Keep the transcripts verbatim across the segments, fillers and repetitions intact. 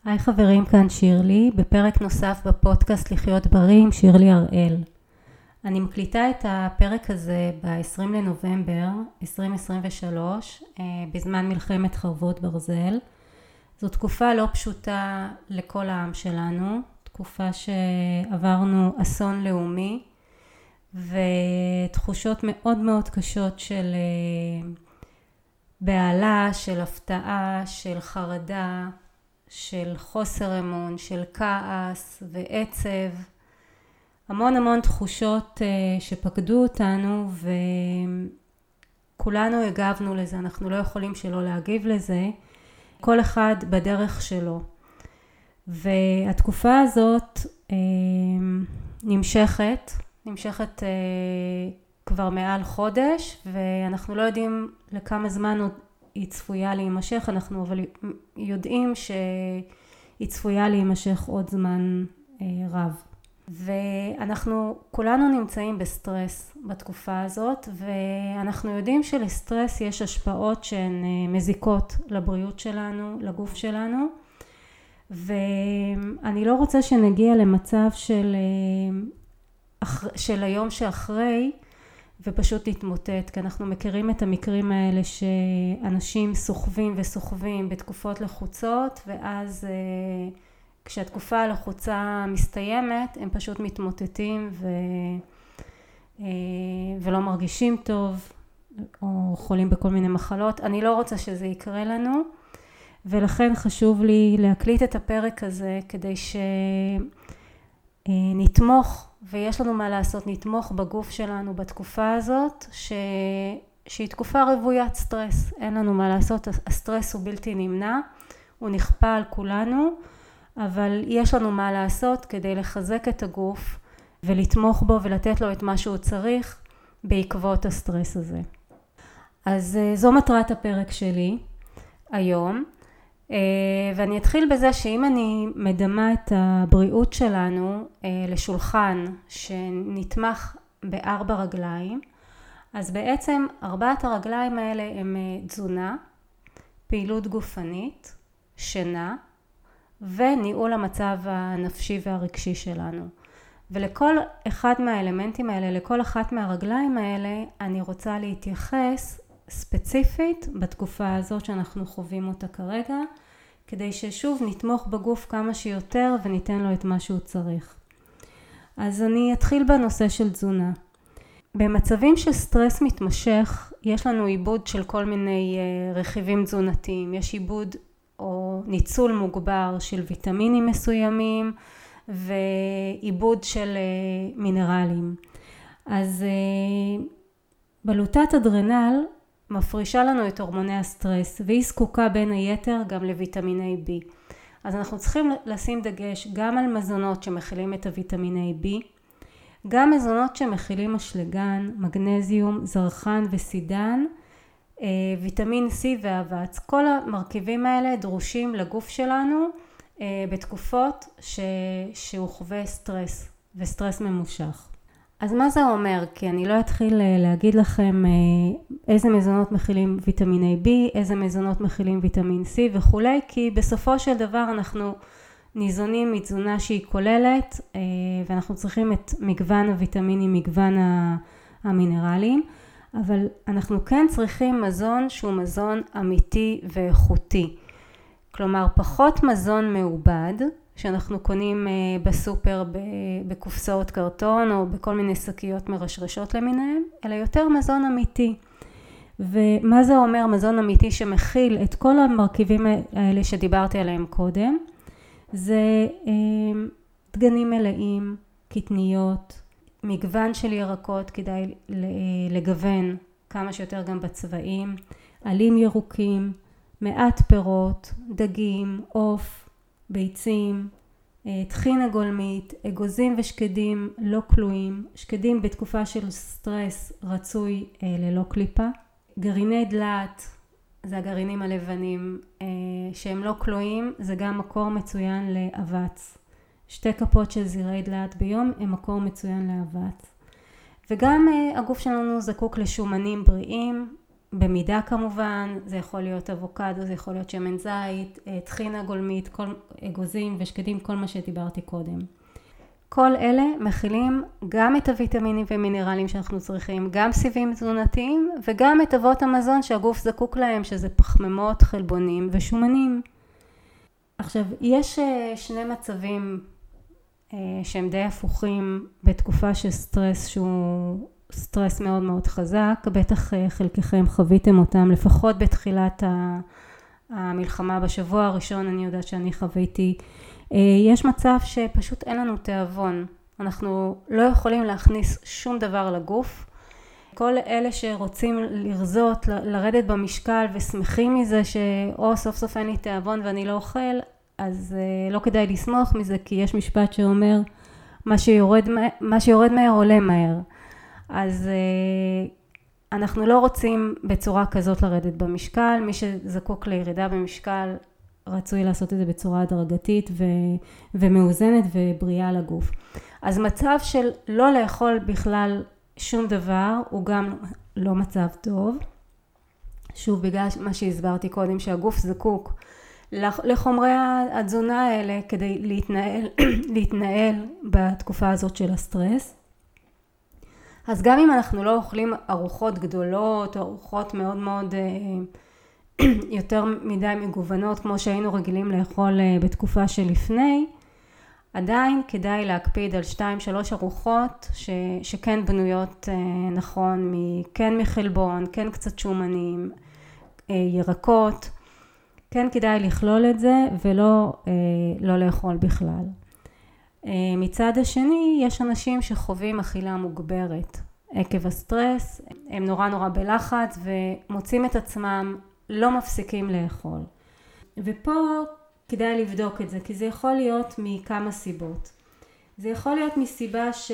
היי חברים, כאן שירלי, בפרק נוסף בפודקאסט לחיות בריא עם שירלי הראל. אני מקליטה את הפרק הזה ב-עשרים לנובמבר עשרים עשרים ושלוש, בזמן מלחמת חרבות ברזל. זו תקופה לא פשוטה לכל העם שלנו, תקופה שעברנו אסון לאומי, ותחושות מאוד מאוד קשות של בהלה, של הפתעה, של חרדה, של חוסר אמון, של כעס ועצב, המון המון תחושות שפקדו אותנו וכולנו הגבנו לזה, אנחנו לא יכולים שלא להגיב לזה, כל אחד בדרך שלו. והתקופה הזאת נמשכת, נמשכת כבר מעל חודש, ואנחנו לא יודעים לכמה זמן עוד היא צפויה להימשך, אנחנו אבל יודעים שהיא צפויה להימשך עוד זמן אה, רב. ואנחנו כולנו נמצאים בסטרס בתקופה הזאת, ואנחנו יודעים שלסטרס יש השפעות שהן אה, מזיקות לבריאות שלנו, לגוף שלנו, ואני לא רוצה שנגיע למצב של, אה, של היום שאחרי, ופשוט להתמוטט, כי אנחנו מכירים את המקרים האלה שאנשים סוחבים וסוחבים בתקופות לחוצות, ואז כשהתקופה הלחוצה מסתיימת, הם פשוט מתמוטטים ו... ולא מרגישים טוב, או חולים בכל מיני מחלות. אני לא רוצה שזה יקרה לנו, ולכן חשוב לי להקליט את הפרק הזה, כדי שנתמוך, ויש לנו מה לעשות, נתמוך בגוף שלנו בתקופה הזאת, ש... שהיא תקופה רוויית סטרס. אין לנו מה לעשות, הסטרס הוא בלתי נמנע, הוא נכפה על כולנו, אבל יש לנו מה לעשות כדי לחזק את הגוף, ולתמוך בו ולתת לו את מה שהוא צריך, בעקבות הסטרס הזה. אז זו מטרת הפרק שלי היום, ואני אתחיל בזה שאם אני מדמה את הבריאות שלנו לשולחן שנתמך בארבע רגליים, אז בעצם ארבעת הרגליים האלה הם תזונה, פעילות גופנית, שינה וניהול המצב הנפשי והרגשי שלנו. ולכל אחד מהאלמנטים האלה, לכל אחת מהרגליים האלה, אני רוצה להתייחס ספציפית בתקופה הזאת שאנחנו חווים אותה כרגע, כדי ששוב נתמוך בגוף כמה שיותר וניתן לו את מה שהוא צריך. אז אני אתחיל בנושא של תזונה. במצבים של סטרס מתמשך, יש לנו עיבוד של כל מיני רכיבים תזונתיים. יש עיבוד או ניצול מוגבר של ויטמינים מסוימים, ועיבוד של מינרלים. אז בלוטת אדרנל מפרישה לנו את הורמוני הסטרס, והיא זקוקה בין היתר גם לויטמיני בי. אז אנחנו צריכים לשים דגש גם על מזונות שמכילים את הויטמיני בי, גם מזונות שמכילים אשלגן, מגנזיום, זרחן וסידן, ויטמין C ואבץ. כל המרכיבים האלה דרושים לגוף שלנו בתקופות ש... שהוא חווה סטרס וסטרס ממושך. אז מה זה אומר? כי אני לא אתחיל להגיד לכם איזה מזונות מכילים ויטמיני בי, איזה מזונות מכילים ויטמין C וכולי, כי בסופו של דבר אנחנו ניזונים מתזונה שהיא כוללת, ואנחנו צריכים את מגוון הוויטמינים, מגוון המינרלים, אבל אנחנו כן צריכים מזון שהוא מזון אמיתי ואיכותי. כלומר, פחות מזון מעובד, שאנחנו קונים בסופר בקופסאות קרטון או בכל מיני שקיות מרשרשות למיניהם, אלא יותר מזון אמיתי. ומה זה אומר מזון אמיתי שמכיל את כל המרכיבים האלה שדיברתי עליהם קודם? זה דגנים מלאים, קטניות, מגוון של ירקות, כדאי לגוון כמה שיותר גם בצבעים, עלים ירוקים, מעט פירות, דגים, עוף, ביצים, טחינה גולמית, אגוזים ושקדים לא כלואים, שקדים בתקופה של סטרס רצוי ללא קליפה, גרעיני דלעת, זה הגרעינים הלבנים שהם לא כלואים, זה גם מקור מצוין לאבץ. שתי כפות של זרעי דלעת ביום הם מקור מצוין לאבץ. וגם הגוף שלנו זקוק לשומנים בריאים, במידה כמובן, זה יכול להיות אבוקדו, זה יכול להיות שמן זית, טחינה גולמית, כל, אגוזים ושקדים, כל מה שדיברתי קודם. כל אלה מכילים גם את הוויטמינים ומינרלים שאנחנו צריכים, גם סיבים תזונתיים וגם את אבות המזון שהגוף זקוק להם, שזה פחמימות, חלבונים ושומנים. עכשיו, יש שני מצבים שהם די הפוכים בתקופה של סטרס שהוא סטרס מאוד מאוד חזק. בטח חלקכם חוויתם אותם, לפחות בתחילת המלחמה. בשבוע הראשון אני יודעת שאני חוויתי. יש מצב שפשוט אין לנו תיאבון. אנחנו לא יכולים להכניס שום דבר לגוף. כל אלה שרוצים לרזות, לרדת במשקל ושמחים מזה שאו סוף סוף אין לי תיאבון ואני לא אוכל, אז לא כדאי לסמוך מזה, כי יש משפט שאומר מה שיורד, מה שיורד מהר עולה מהר. אז אנחנו לא רוצים בצורה כזאת לרדת במשקל. מי שזקוק לירידה במשקל רצוי לעשות את זה בצורה הדרגתית ו- ומאוזנת ובריאה לגוף. אז מצב של לא לאכול בכלל שום דבר הוא גם לא מצב טוב. שוב, בגלל מה שהסברתי קודם, שהגוף זקוק לחומרי התזונה האלה כדי להתנהל, להתנהל בתקופה הזאת של הסטרס. אז גם אם אנחנו לא אוכלים ארוחות גדולות, ארוחות מאוד מאוד יותר מדי מגוונות, כמו שהיינו רגילים לאכול בתקופה שלפני, עדיין כדאי להקפיד על שתיים שלוש ארוחות ש, שכן בנויות נכון, כן מחלבון, כן קצת שומנים, ירקות. כן כדאי לכלול את זה ולא לא לאכול בכלל. מצד השני, יש אנשים שחווים אכילה מוגברת עקב הסטרס. הם נורא נורא בלחץ ומוצאים את עצמם לא מפסיקים לאכול. ופה כדאי לבדוק את זה, כי זה יכול להיות מכמה סיבות. זה יכול להיות מסיבה ש...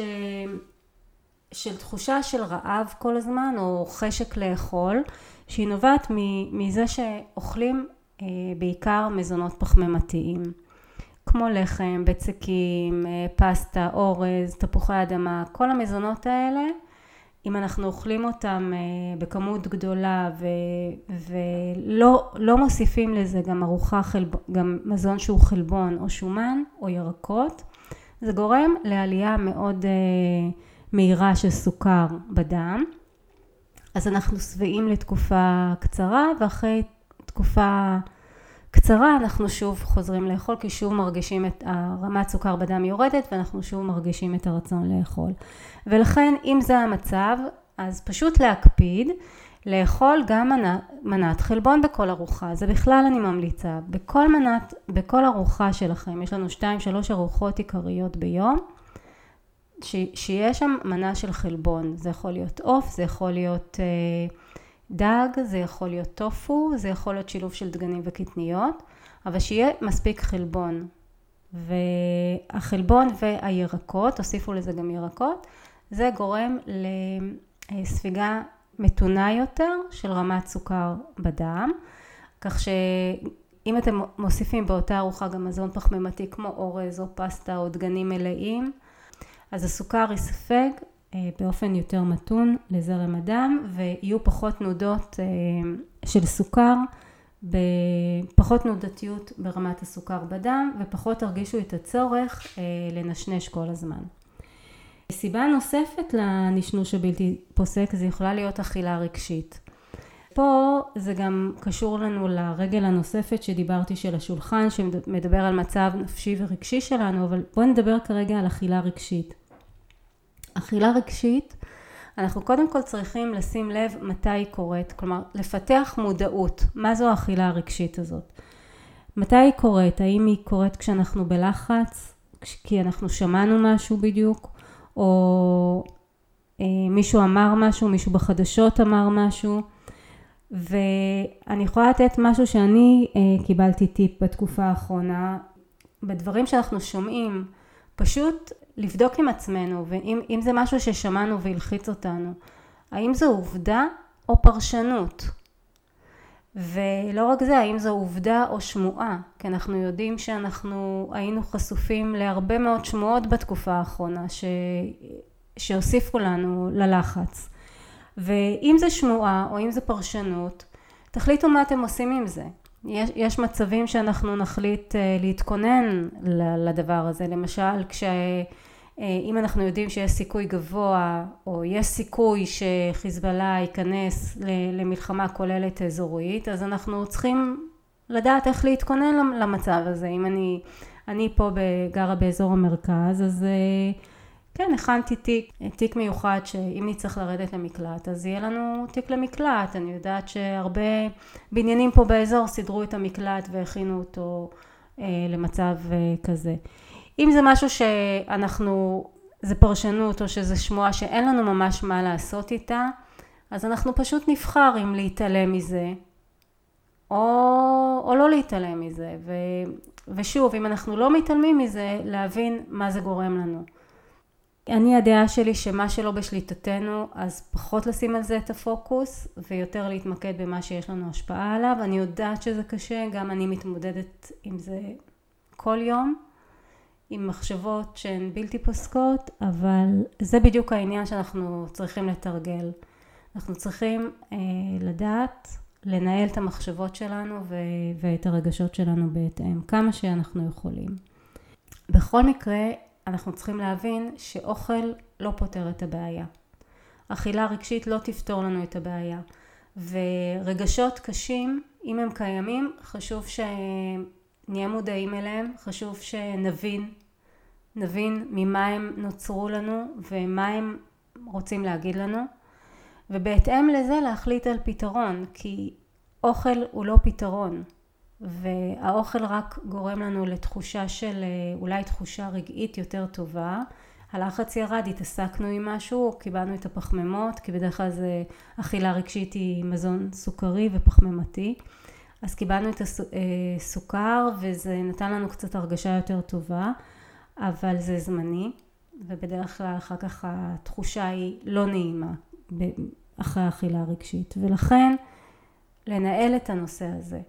של תחושה של רעב כל הזמן, או חשק לאכול, שהיא נובעת מזה שאוכלים בעיקר מזונות פחמימתיים, כמו לחם, בצקים, פסטה, אורז, תפוחי אדמה. כל המזונות האלה, אם אנחנו אוכלים אותם בכמות גדולה ו- ולא לא מוסיפים לזה גם ארוחה, חלב, גם מזון שהוא חלבון או שומן או ירקות, זה גורם לעלייה מאוד מהירה של סוכר בדם. אז אנחנו שבעים לתקופה קצרה, ואחרי תקופה קצרה אנחנו שוב חוזרים לאכול, כי שוב מרגישים את הרמת סוכר בדם יורדת, ואנחנו שוב מרגישים את הרצון לאכול. ולכן אם זה המצב, אז פשוט להקפיד, לאכול גם מנת, מנת חלבון בכל ארוחה. זה בכלל אני ממליצה. בכל מנת, בכל ארוחה שלכם, יש לנו שתיים שלוש ארוחות עיקריות ביום, ש, שיש שם מנה של חלבון. זה יכול להיות עוף, זה יכול להיות אה, דג, זה יכול להיות טופו, זה יכול להיות שילוב של דגנים וקטניות, אבל שיהיה מספיק חלבון. והחלבון והירקות, תוסיפו לזה גם ירקות, זה גורם לספיגה מתונה יותר של רמת סוכר בדם, כך שאם אתם מוסיפים באותה ארוחה גם מזון פחמימתי כמו אורז או פסטה או דגנים מלאים, אז הסוכר יספג באופן יותר מתון לזרם הדם, ויהיו פחות תנודות של סוכר, בפחות תנודתיות ברמת הסוכר בדם, ופחות תרגישו את הצורך לנשנש כל הזמן. סיבה נוספת לנשנוש הבלתי פוסק, זה יכולה להיות אכילה רגשית. פה זה גם קשור לנו לרגל הנוספת שדיברתי של השולחן, שמדבר על מצב נפשי ורגשי שלנו, אבל בואו נדבר כרגע על אכילה רגשית. אכילה רגשית, אנחנו קודם כל צריכים לשים לב מתי היא קורית, כלומר לפתח מודעות, מה זו האכילה הרגשית הזאת. מתי היא קורית? האם היא קורית כשאנחנו בלחץ, כי אנחנו שמענו משהו בדיוק, או אה, מישהו אמר משהו, מישהו בחדשות אמר משהו, ואני יכולה לתת משהו שאני אה, קיבלתי טיפ בתקופה האחרונה, בדברים שאנחנו שומעים, פשוט לבדוק עם עצמנו, ואם אם זה משהו ששמענו והלחיץ אותנו, האם זו עובדה או פרשנות? ולא רק זה, האם זו עובדה או שמועה? כי אנחנו יודעים שאנחנו היינו חשופים להרבה מאוד שמועות בתקופה האחרונה, ש... שהוסיפו לנו ללחץ. ואם זה שמועה או אם זה פרשנות, תחליטו מה אתם עושים עם זה. יש, יש מצבים שאנחנו נחליט להתכונן לדבר הזה, למשל כשאם אנחנו יודעים שיש סיכוי גבוה או יש סיכוי שחיזבאללה ייכנס למלחמה כוללת אזורית, אז אנחנו צריכים לדעת איך להתכונן למצב הזה. אם אני, אני פה גרה באזור המרכז, אז כן, הכנתי תיק, תיק מיוחד שאם נצטרך לרדת למקלט, אז יהיה לנו תיק למקלט. אני יודעת שהרבה בניינים פה באזור סידרו את המקלט והכינו אותו אה, למצב אה, כזה. אם זה משהו שאנחנו, זה פרשנות או שזה שמועה שאין לנו ממש מה לעשות איתה, אז אנחנו פשוט נבחר אם להתעלם מזה, או, או לא להתעלם מזה. ו, ושוב, אם אנחנו לא מתעלמים מזה, להבין מה זה גורם לנו. אני הדעה שלי שמה שלא בשליטתנו, אז פחות לשים על זה את הפוקוס, ויותר להתמקד במה שיש לנו השפעה עליו. אני יודעת שזה קשה, גם אני מתמודדת עם זה כל יום, עם מחשבות שהן בלתי פוסקות, אבל זה בדיוק העניין שאנחנו צריכים לתרגל. אנחנו צריכים אה, לדעת, לנהל את המחשבות שלנו ו- ואת הרגשות שלנו בהתאם, כמה שאנחנו יכולים. בכל מקרה, אנחנו צריכים להבין שאוכל לא פותר את הבעיה. אכילה רגשית לא תפתור לנו את הבעיה. ורגשות קשים, אם הם קיימים, חשוב שנהיה מודעים אליהם, חשוב שנבין, נבין ממה הם נוצרו לנו ומה הם רוצים להגיד לנו. ובהתאם לזה להחליט על פתרון, כי אוכל הוא לא פתרון. והאוכל רק גורם לנו לתחושה של אולי תחושה רגעית יותר טובה. הלחץ ירד, התעסקנו עם משהו, קיבלנו את הפחמימות, כי בדרך כלל זה אכילה רגשית היא מזון סוכרי ופחמימתי. אז קיבלנו את הסוכר וזה נתן לנו קצת הרגשה יותר טובה, אבל זה זמני, ובדרך כלל אחר כך התחושה היא לא נעימה אחרי האכילה הרגשית, ולכן לנהל את הנושא הזה.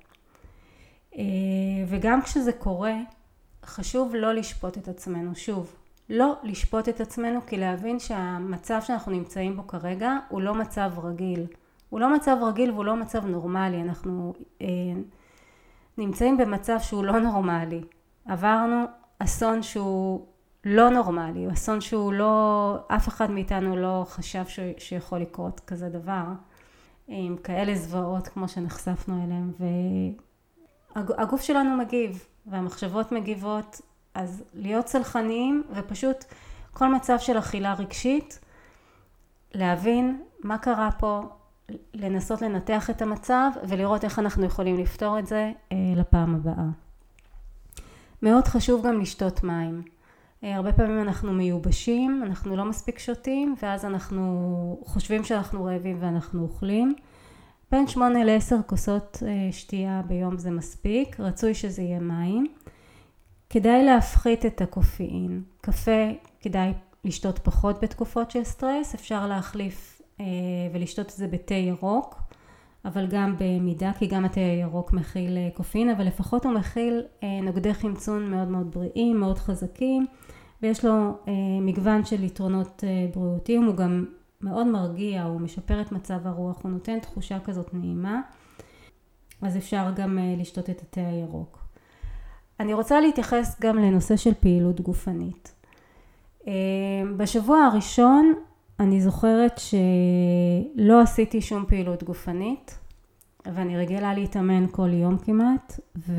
וגם כשזה קורה, חשוב לא לשפוט את עצמנו. שוב, לא לשפוט את עצמנו, כי להבין שהמצב שאנחנו נמצאים בו כרגע הוא לא מצב רגיל. הוא לא מצב רגיל והוא לא מצב נורמלי. אנחנו אה, נמצאים במצב שהוא לא נורמלי. עברנו אסון שהוא לא נורמלי, אסון שהוא לא, אף אחד מאיתנו לא חשב ש, שיכול לקרות כזה דבר. עם כאלה זוועות כמו שנחשפנו אליהם, ו... הגוף שלנו מגיב והמחשבות מגיבות, אז להיות סלחניים ופשוט כל מצב של אכילה רגשית, להבין מה קרה פה, לנסות לנתח את המצב ולראות איך אנחנו יכולים לפתור את זה אה, לפעם הבאה. מאוד חשוב גם לשתות מים. אה, הרבה פעמים אנחנו מיובשים, אנחנו לא מספיק שותים, ואז אנחנו חושבים שאנחנו רעבים ואנחנו אוכלים. בין שמונה לעשר כוסות שתייה ביום זה מספיק, רצוי שזה יהיה מים. כדאי להפחית את הקופאין. קפה כדאי לשתות פחות בתקופות של סטרס, אפשר להחליף ולשתות את זה בתה ירוק, אבל גם במידה, כי גם התה הירוק מכיל קופאין, אבל לפחות הוא מכיל נוגדי חמצון מאוד מאוד בריאים, מאוד חזקים, ויש לו מגוון של יתרונות בריאותיים, הוא גם מאוד מרגיע, הוא משפר את מצב הרוח, הוא נותן תחושה כזאת נעימה, אז אפשר גם לשתות את התה הירוק. אני רוצה להתייחס גם לנושא של פעילות גופנית. בשבוע הראשון אני זוכרת שלא עשיתי שום פעילות גופנית, ואני רגילה להתאמן כל יום כמעט,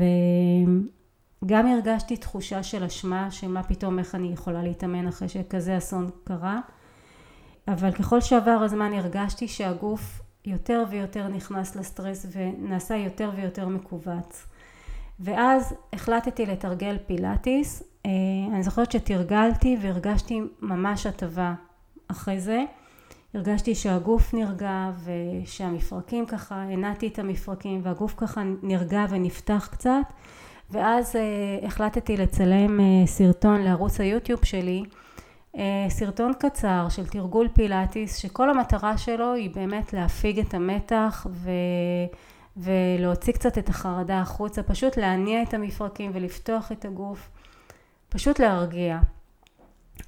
וגם הרגשתי תחושה של אשמה, שמה פתאום איך אני יכולה להתאמן אחרי שכזה אסון קרה, אבל ככל שעבר הזמן הרגשתי שהגוף יותר ויותר נכנס לסטרס ונעשה יותר ויותר מקובץ. ואז החלטתי לתרגל פילאטיס. אני זוכרת שתרגלתי והרגשתי ממש הטבה אחרי זה. הרגשתי שהגוף נרגע ושהמפרקים ככה, הנעתי את המפרקים והגוף ככה נרגע ונפתח קצת. ואז החלטתי לצלם סרטון לערוץ היוטיוב שלי, סרטון קצר של תרגול פילאטיס, שכל המטרה שלו היא באמת להפיג את המתח ו... ולהוציא קצת את החרדה החוצה, פשוט להניע את המפרקים ולפתוח את הגוף, פשוט להרגיע.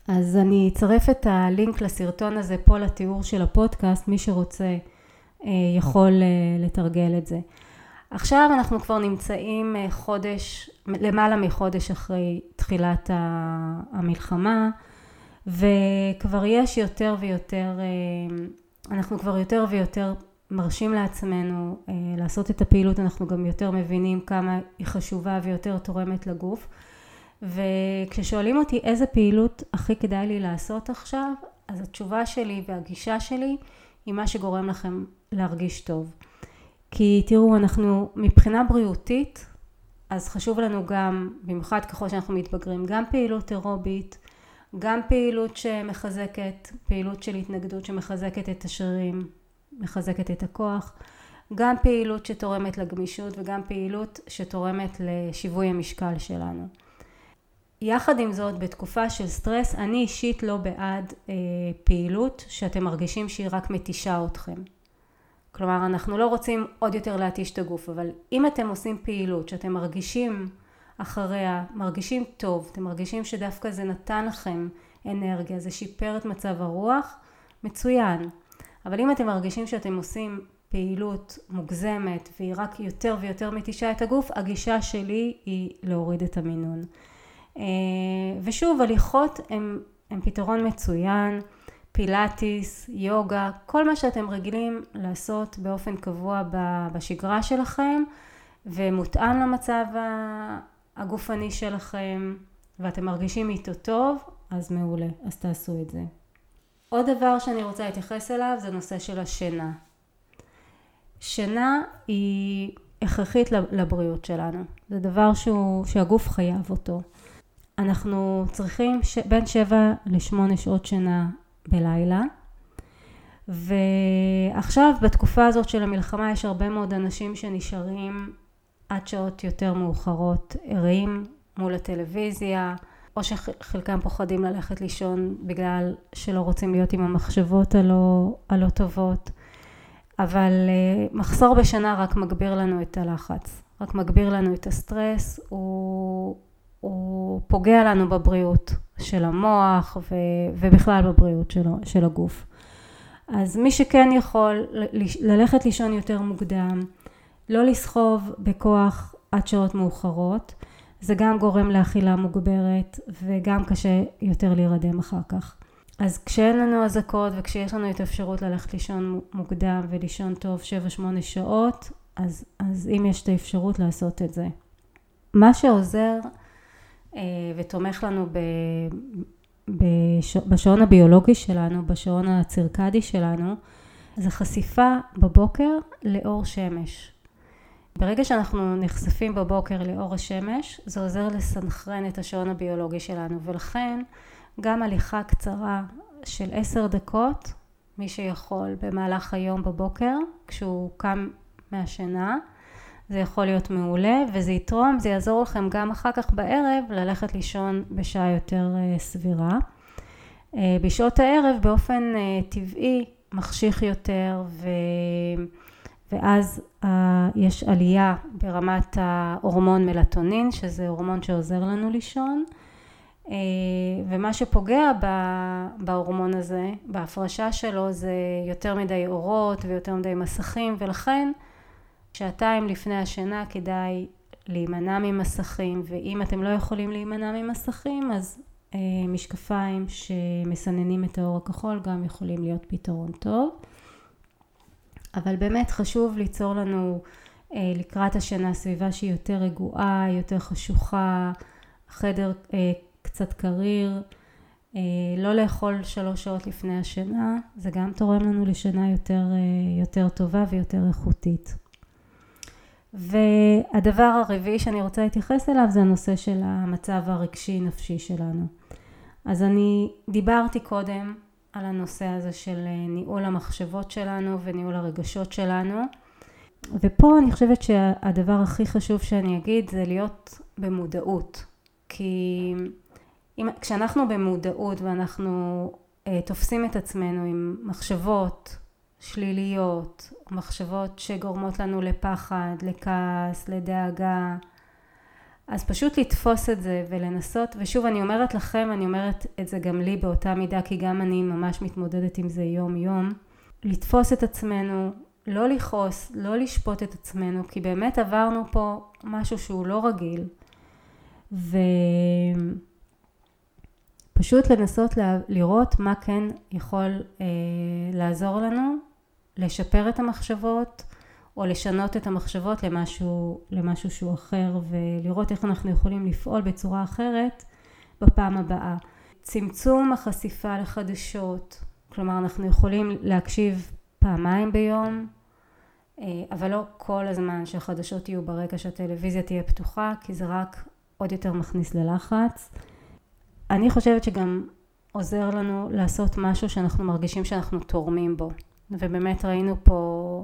אז אני אצרף את הלינק לסרטון הזה פה לתיאור של הפודקאסט, מי שרוצה יכול לתרגל את זה. עכשיו אנחנו כבר נמצאים חודש, למעלה מחודש אחרי תחילת המלחמה, וכבר יש יותר ויותר, אנחנו כבר יותר ויותר מרשים לעצמנו לעשות את הפעילות, אנחנו גם יותר מבינים כמה היא חשובה ויותר תורמת לגוף. וכששואלים אותי איזה פעילות הכי כדאי לי לעשות עכשיו, אז התשובה שלי והגישה שלי היא מה שגורם לכם להרגיש טוב. כי תראו, אנחנו מבחינה בריאותית, אז חשוב לנו גם, במיוחד ככל שאנחנו מתבגרים, גם פעילות אירובית, גם פעילות שמחזקת, פעילות של התנגדות שמחזקת את השרירים, מחזקת את הכוח, גם פעילות שתורמת לגמישות וגם פעילות שתורמת לשיווי המשקל שלנו. יחד עם זאת, בתקופה של סטרס, אני אישית לא בעד אה, פעילות שאתם מרגישים שהיא רק מתישה אתכם. כלומר, אנחנו לא רוצים עוד יותר להתיש את הגוף, אבל אם אתם עושים פעילות שאתם מרגישים אחריה, מרגישים טוב, אתם מרגישים שדווקא זה נתן לכם אנרגיה, זה שיפר את מצב הרוח, מצוין. אבל אם אתם מרגישים שאתם עושים פעילות מוגזמת והיא רק יותר ויותר מתישה את הגוף, הגישה שלי היא להוריד את המינון. ושוב, הליכות הם, הם פתרון מצוין, פילאטיס, יוגה, כל מה שאתם רגילים לעשות באופן קבוע בשגרה שלכם, ומותאם למצב הגופני שלכם, ואתם מרגישים איתו טוב, אז מעולה, אז תעשו את זה. עוד דבר שאני רוצה להתייחס אליו זה נושא של השינה. שינה היא הכרחית לבריאות שלנו, זה דבר שהוא, שהגוף חייב אותו. אנחנו צריכים ש... בין שבע לשמונה שעות שינה בלילה, ועכשיו בתקופה הזאת של המלחמה יש הרבה מאוד אנשים שנשארים עד שעות יותר מאוחרות, ערים מול הטלוויזיה, או שחלקם פוחדים ללכת לישון בגלל שלא רוצים להיות עם המחשבות הלא, הלא טובות, אבל מחסור בשינה רק מגביר לנו את הלחץ, רק מגביר לנו את הסטרס, הוא... הוא פוגע לנו בבריאות של המוח ו, ובכלל בבריאות של, של הגוף. אז מי שכן יכול ללכת לישון יותר מוקדם, לא לסחוב בכוח עד שעות מאוחרות, זה גם גורם לאכילה מוגברת וגם קשה יותר להירדם אחר כך. אז כשאין לנו הזקות וכשיש לנו את האפשרות ללכת לישון מוקדם ולישון טוב שבע שמונה שעות, אז, אז אם יש את האפשרות לעשות את זה. מה שעוזר ותומך לנו בשעון הביולוגי שלנו, בשעון הצירקדי שלנו, זה חשיפה בבוקר לאור שמש. ברגע שאנחנו נחשפים בבוקר לאור השמש, זה עוזר לסנכרן את השעון הביולוגי שלנו, ולכן גם הליכה קצרה של עשר דקות, מי שיכול במהלך היום בבוקר, כשהוא קם מהשינה, זה יכול להיות מעולה, וזה יתרום, זה יעזור לכם גם אחר כך בערב ללכת לישון בשעה יותר סבירה. בשעות הערב באופן טבעי מחשיך יותר, ו... ואז יש עלייה ברמת ההורמון מלטונין, שזה הורמון שעוזר לנו לישון, ומה שפוגע בהורמון הזה, בהפרשה שלו, זה יותר מדי אורות ויותר מדי מסכים, ולכן שעתיים לפני השינה כדאי להימנע ממסכים, ואם אתם לא יכולים להימנע ממסכים, אז אה, משקפיים שמסננים את האור הכחול גם יכולים להיות פתרון טוב. אבל באמת חשוב ליצור לנו אה, לקראת השינה סביבה שהיא יותר רגועה, יותר חשוכה, חדר אה, קצת קריר, אה, לא לאכול שלוש שעות לפני השינה, זה גם תורם לנו לשינה יותר, אה, יותר טובה ויותר איכותית. והדבר הרביעי שאני רוצה להתייחס אליו זה הנושא של המצב הרגשי נפשי שלנו. אז אני דיברתי קודם על הנושא הזה של ניהול המחשבות שלנו וניהול הרגשות שלנו, ופה אני חושבת שהדבר הכי חשוב שאני אגיד זה להיות במודעות, כי אם, כשאנחנו במודעות ואנחנו אה, תופסים את עצמנו עם מחשבות שליליות, מחשבות שגורמות לנו לפחד, לכעס, לדאגה, אז פשוט לתפוס את זה ולנסות, ושוב אני אומרת לכם, אני אומרת את זה גם לי באותה מידה, כי גם אני ממש מתמודדת עם זה יום יום, לתפוס את עצמנו, לא לכעוס, לא לשפוט את עצמנו, כי באמת עברנו פה משהו שהוא לא רגיל, ופשוט לנסות לראות מה כן יכול אה, לעזור לנו, לשפר את המחשבות, או לשנות את המחשבות למשהו, למשהו שהוא אחר, ולראות איך אנחנו יכולים לפעול בצורה אחרת בפעם הבאה. צמצום החשיפה לחדשות, כלומר אנחנו יכולים להקשיב פעמיים ביום, אבל לא כל הזמן שהחדשות יהיו ברקע שהטלוויזיה תהיה פתוחה, כי זה רק עוד יותר מכניס ללחץ. אני חושבת שגם עוזר לנו לעשות משהו שאנחנו מרגישים שאנחנו תורמים בו, ובאמת ראינו פה,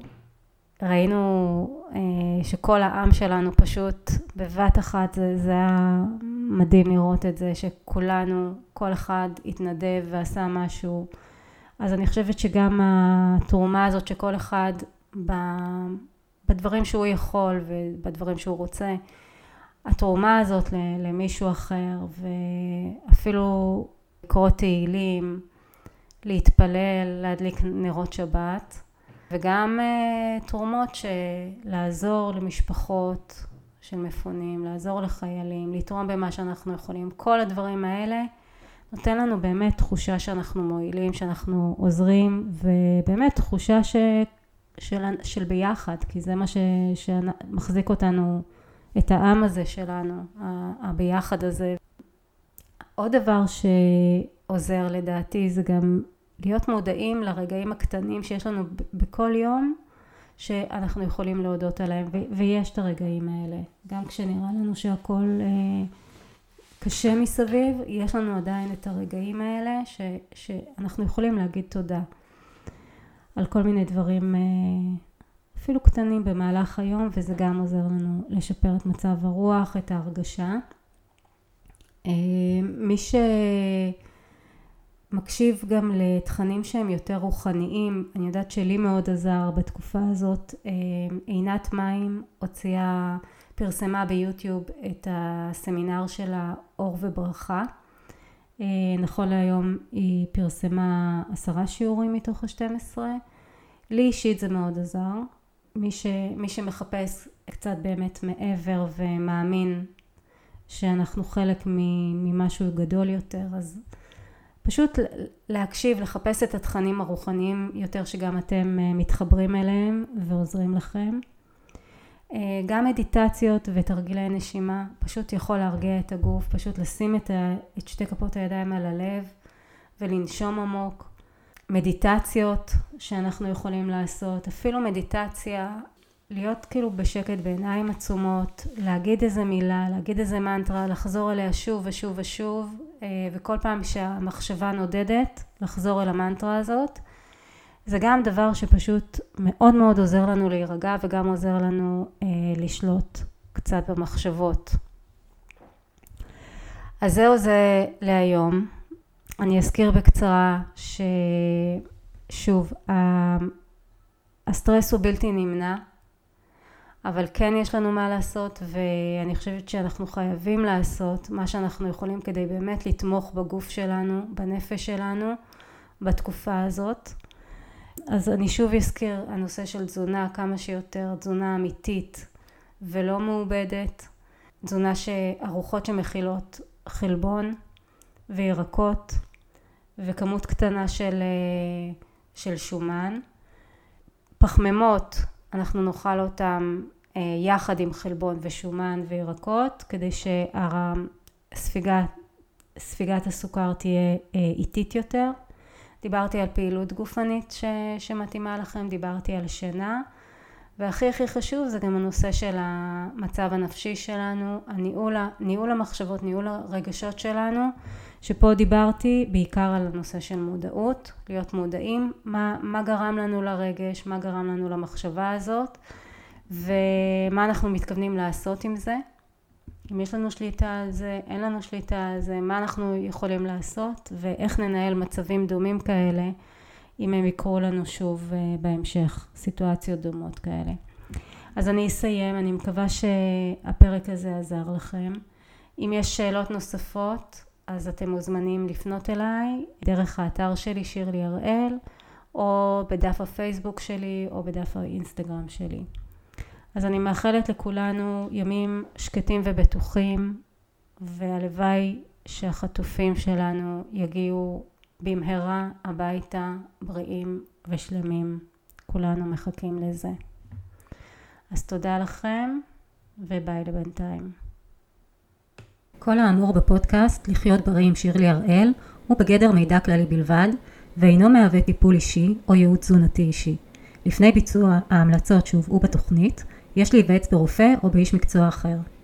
ראינו אה, שכל העם שלנו פשוט בבת אחת, זה, זה היה מדהים לראות את זה, שכולנו, כל אחד התנדב ועשה משהו. אז אני חושבת שגם התרומה הזאת שכל אחד בדברים שהוא יכול ובדברים שהוא רוצה, התרומה הזאת למישהו אחר, ואפילו לקרוא תהילים, להתפלל, להדליק נרות שבת, וגם uh, תרומות שלעזור למשפחות של מפונים, לעזור לחיילים, לתרום במה שאנחנו יכולים. כל הדברים האלה נותן לנו באמת תחושה שאנחנו מועילים, שאנחנו עוזרים, ובאמת תחושה ש... של, של ביחד, כי זה מה ש... שמחזיק אותנו, את העם הזה שלנו, הביחד הזה. עוד דבר שעוזר לדעתי זה גם להיות מודעים לרגעים הקטנים שיש לנו בכל יום, שאנחנו יכולים להודות עליהם, ויש את הרגעים האלה. גם כשנראה לנו שהכל אה, קשה מסביב, יש לנו עדיין את הרגעים האלה, ש, שאנחנו יכולים להגיד תודה על כל מיני דברים אה, אפילו קטנים במהלך היום, וזה גם עוזר לנו לשפר את מצב הרוח, את ההרגשה. אה, מי ש... מקשיב גם לתכנים שהם יותר רוחניים, אני יודעת שלי מאוד עזר בתקופה הזאת, עינת מים הוציאה, פרסמה ביוטיוב את הסמינר שלה אור וברכה, נכון להיום היא פרסמה עשרה שיעורים מתוך ה-שתים עשרה, לי אישית זה מאוד עזר, מי, ש, מי שמחפש קצת באמת מעבר ומאמין שאנחנו חלק ממשהו גדול יותר, אז פשוט להקשיב, לחפש את התכנים הרוחניים יותר שגם אתם מתחברים אליהם ועוזרים לכם. גם מדיטציות ותרגילי נשימה פשוט יכול להרגיע את הגוף, פשוט לשים את, ה, את שתי כפות הידיים על הלב ולנשום עמוק. מדיטציות שאנחנו יכולים לעשות, אפילו מדיטציה, להיות כאילו בשקט בעיניים עצומות, להגיד איזה מילה, להגיד איזה מנטרה, לחזור אליה שוב ושוב ושוב, וכל פעם שהמחשבה נודדת, לחזור אל המנטרה הזאת. זה גם דבר שפשוט מאוד מאוד עוזר לנו להירגע, וגם עוזר לנו אה, לשלוט קצת במחשבות. אז זהו זה להיום. אני אזכיר בקצרה ששוב, הסטרס הוא בלתי נמנע, אבל כן יש לנו מה לעשות, ואני חושבת שאנחנו חייבים לעשות מה שאנחנו יכולים כדי באמת לתמוך בגוף שלנו, בנפש שלנו, בתקופה הזאת. אז אני שוב אזכיר הנושא של תזונה, כמה שיותר תזונה אמיתית ולא מעובדת, תזונה שארוחות שמכילות חלבון וירקות וכמות קטנה של, של שומן. פחמימות, אנחנו נאכל אותם יחד עם חלבון ושומן וירקות, כדי שהספיגת, ספיגת הסוכר תהיה איטית יותר. דיברתי על פעילות גופנית ש, שמתאימה לכם, דיברתי על שינה, והכי הכי חשוב זה גם הנושא של המצב הנפשי שלנו, הניהול, ניהול המחשבות, ניהול הרגשות שלנו, שפה דיברתי בעיקר על הנושא של מודעות, להיות מודעים, מה, מה גרם לנו לרגש, מה גרם לנו למחשבה הזאת, ומה אנחנו מתכוונים לעשות עם זה. אם יש לנו שליטה על זה, אין לנו שליטה על זה, מה אנחנו יכולים לעשות, ואיך ננהל מצבים דומים כאלה, אם הם יקרו לנו שוב בהמשך, סיטואציות דומות כאלה. אז אני אסיים, אני מקווה שהפרק הזה עזר לכם. אם יש שאלות נוספות, אז אתם מוזמנים לפנות אליי דרך האתר שלי שירלי הראל, או בדף הפייסבוק שלי, או בדף האינסטגרם שלי. אז אני מאחלת לכולנו ימים שקטים ובטוחים, והלוואי שהחטופים שלנו יגיעו במהרה הביתה בריאים ושלמים. כולנו מחכים לזה. אז תודה לכם, וביי לבינתיים. כל האמור בפודקאסט לחיות בריא עם שירלי הראל הוא בגדר מידע כללי בלבד, ואינו מהווה טיפול אישי או ייעוץ תזונתי אישי. לפני ביצוע ההמלצות שהובאו בתוכנית, יש להיוועץ ברופא או באיש מקצוע אחר.